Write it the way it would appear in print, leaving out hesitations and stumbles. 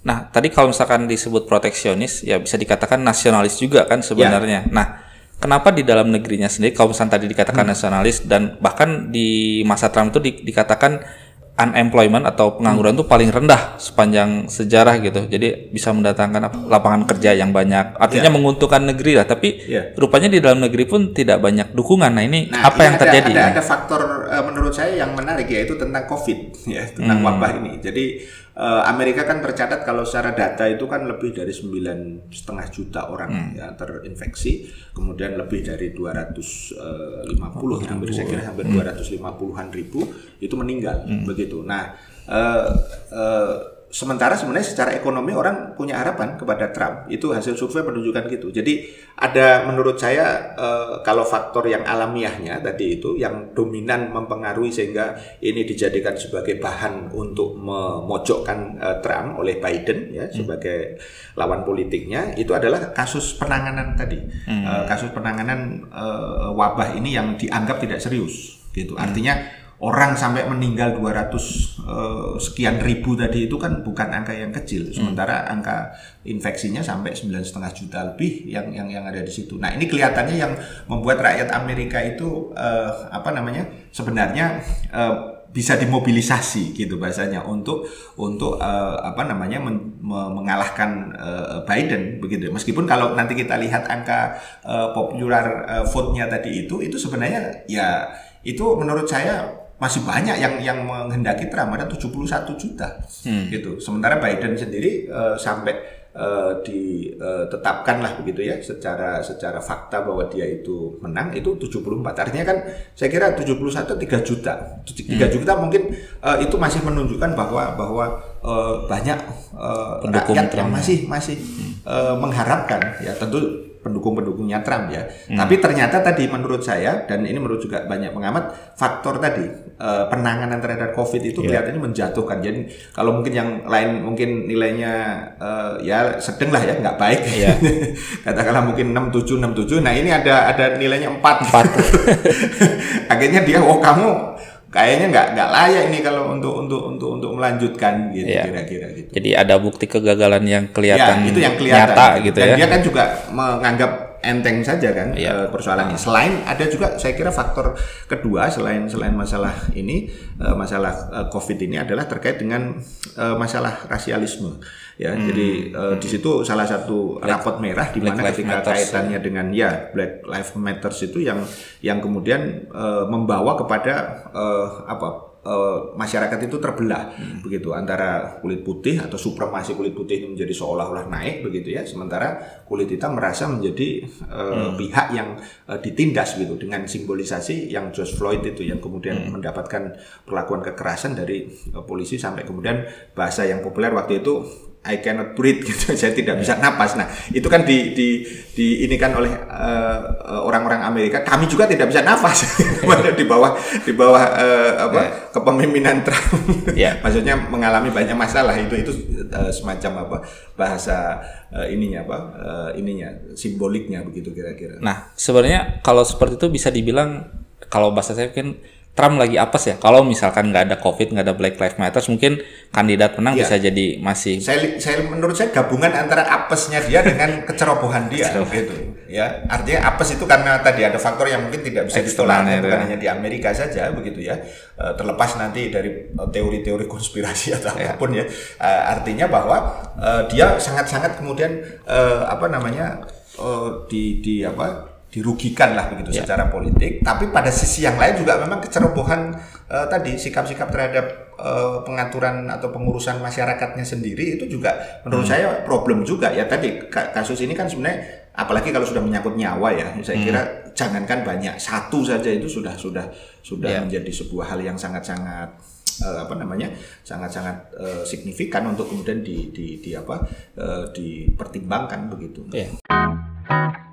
Nah, tadi kalau misalkan disebut proteksionis, ya bisa dikatakan nasionalis juga kan sebenarnya. Nah, kenapa di dalam negerinya sendiri, kalau misalkan tadi dikatakan nasionalis dan bahkan di masa Trump itu dikatakan unemployment atau pengangguran itu paling rendah sepanjang sejarah gitu. Jadi bisa mendatangkan lapangan kerja yang banyak. Artinya menguntungkan negeri lah. Tapi rupanya di dalam negeri pun tidak banyak dukungan. Nah ini apa yang terjadi? Ada faktor menurut saya yang menarik, yaitu tentang COVID, ya, tentang wabah ini. Jadi Amerika kan tercatat kalau secara data itu kan lebih dari 9,5 juta orang ya terinfeksi, kemudian lebih dari 250 hampir saya kira hampir 250-an ribu itu meninggal begitu. Nah, sementara sebenarnya secara ekonomi orang punya harapan kepada Trump, itu hasil survei menunjukkan gitu. Jadi ada menurut saya kalau faktor yang alamiahnya tadi itu yang dominan mempengaruhi sehingga ini dijadikan sebagai bahan untuk memojokkan Trump oleh Biden ya sebagai lawan politiknya, itu adalah kasus penanganan tadi, kasus penanganan wabah ini yang dianggap tidak serius gitu. Artinya orang sampai meninggal 200 sekian ribu tadi itu kan bukan angka yang kecil, sementara angka infeksinya sampai 9,5 juta lebih yang ada di situ. Nah ini kelihatannya yang membuat rakyat Amerika itu sebenarnya bisa dimobilisasi gitu bahasanya untuk mengalahkan Biden begitu. Meskipun kalau nanti kita lihat angka popular vote-nya tadi itu sebenarnya ya itu menurut saya masih banyak yang menghendaki Trump, ada 71 juta gitu. Sementara Biden sendiri sampai ditetapkan lah begitu ya secara fakta bahwa dia itu menang itu 74. Artinya kan saya kira 71 3 juta. 3 juta mungkin itu masih menunjukkan bahwa banyak rakyat yang masih mengharapkan ya tentu pendukung-pendukungnya Trump ya. Tapi ternyata tadi menurut saya, dan ini menurut juga banyak pengamat, faktor tadi penanganan terhadap COVID itu kelihatannya menjatuhkan. Jadi kalau mungkin yang lain mungkin nilainya ya sedang lah ya, nggak baik. Katakanlah mungkin 67. Nah ini ada nilainya 4. Akhirnya dia, kamu kayaknya nggak layak ini kalau untuk melanjutkan gitu kira-kira gitu. Jadi ada bukti kegagalan yang kelihatan, itu yang kelihatan nyata gitu. Dan dia kan juga menganggap enteng saja kan persoalannya. Selain ada juga saya kira faktor kedua selain masalah ini, masalah COVID ini adalah terkait dengan masalah rasialisme. Ya, jadi di situ salah satu rapot merah di mana ketika kaitannya dengan Black Lives Matter itu yang kemudian membawa kepada masyarakat itu terbelah begitu antara kulit putih atau supremasi kulit putih ini menjadi seolah-olah naik begitu ya, sementara kulit hitam merasa menjadi pihak yang ditindas gitu dengan simbolisasi yang George Floyd itu yang kemudian mendapatkan perlakuan kekerasan dari polisi sampai kemudian bahasa yang populer waktu itu I cannot breathe gitu, saya tidak bisa napas. Nah, itu kan ini kan oleh orang-orang Amerika, kami juga tidak bisa napas di bawah kepemimpinan Trump. Maksudnya mengalami banyak masalah itu semacam bahasa simboliknya begitu kira-kira. Nah, sebenarnya kalau seperti itu bisa dibilang kalau bahasa saya kan Trump lagi apes ya. Kalau misalkan nggak ada COVID, nggak ada Black Lives Matter, mungkin kandidat menang bisa jadi masih. Menurut saya gabungan antara apesnya dia dengan kecerobohan dia, gitu. Ya, artinya apes itu karena tadi ada faktor yang mungkin tidak bisa ditolak, bukan hanya di Amerika saja, begitu ya. Terlepas nanti dari teori-teori konspirasi atau apapun ya. Artinya bahwa dia sangat-sangat kemudian dirugikan lah begitu secara politik, tapi pada sisi yang lain juga memang kecerobohan tadi sikap-sikap terhadap pengaturan atau pengurusan masyarakatnya sendiri itu juga menurut saya problem juga ya. Tadi kasus ini kan sebenarnya apalagi kalau sudah menyangkut nyawa ya, saya kira jangankan banyak, satu saja itu sudah menjadi sebuah hal yang sangat-sangat sangat-sangat signifikan untuk kemudian dipertimbangkan begitu.